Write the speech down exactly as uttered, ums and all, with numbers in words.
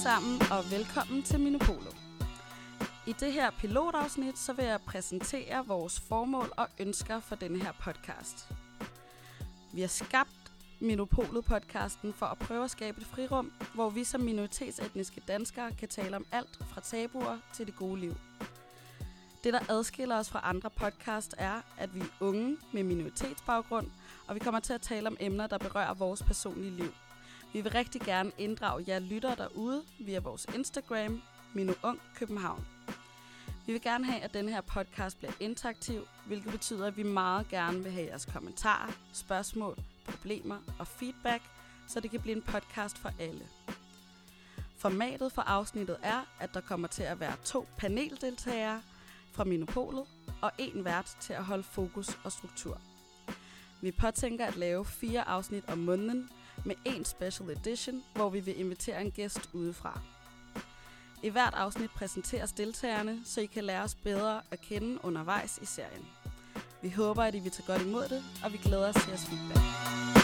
sammen, og velkommen til Minopolet. I det her pilotafsnit, så vil jeg præsentere vores formål og ønsker for denne her podcast. Vi har skabt Minopolet-podcasten for at prøve at skabe et frirum, hvor vi som minoritetsetniske danskere kan tale om alt fra tabuer til det gode liv. Det, der adskiller os fra andre podcast, er, at vi er unge med minoritetsbaggrund, og vi kommer til at tale om emner, der berører vores personlige liv. Vi vil rigtig gerne inddrage jer lyttere derude via vores Instagram, MinoUng København. Vi vil gerne have, at denne her podcast bliver interaktiv, hvilket betyder, at vi meget gerne vil have jeres kommentarer, spørgsmål, problemer og feedback, så det kan blive en podcast for alle. Formatet for afsnittet er, at der kommer til at være to paneldeltagere fra Minopolet og en vært til at holde fokus og struktur. Vi påtænker at lave fire afsnit om måneden med en special edition, hvor vi vil invitere en gæst udefra. I hvert afsnit præsenteres deltagerne, så I kan lære os bedre at kende undervejs i serien. Vi håber, at I vil tage godt imod det, og vi glæder os til jeres feedback.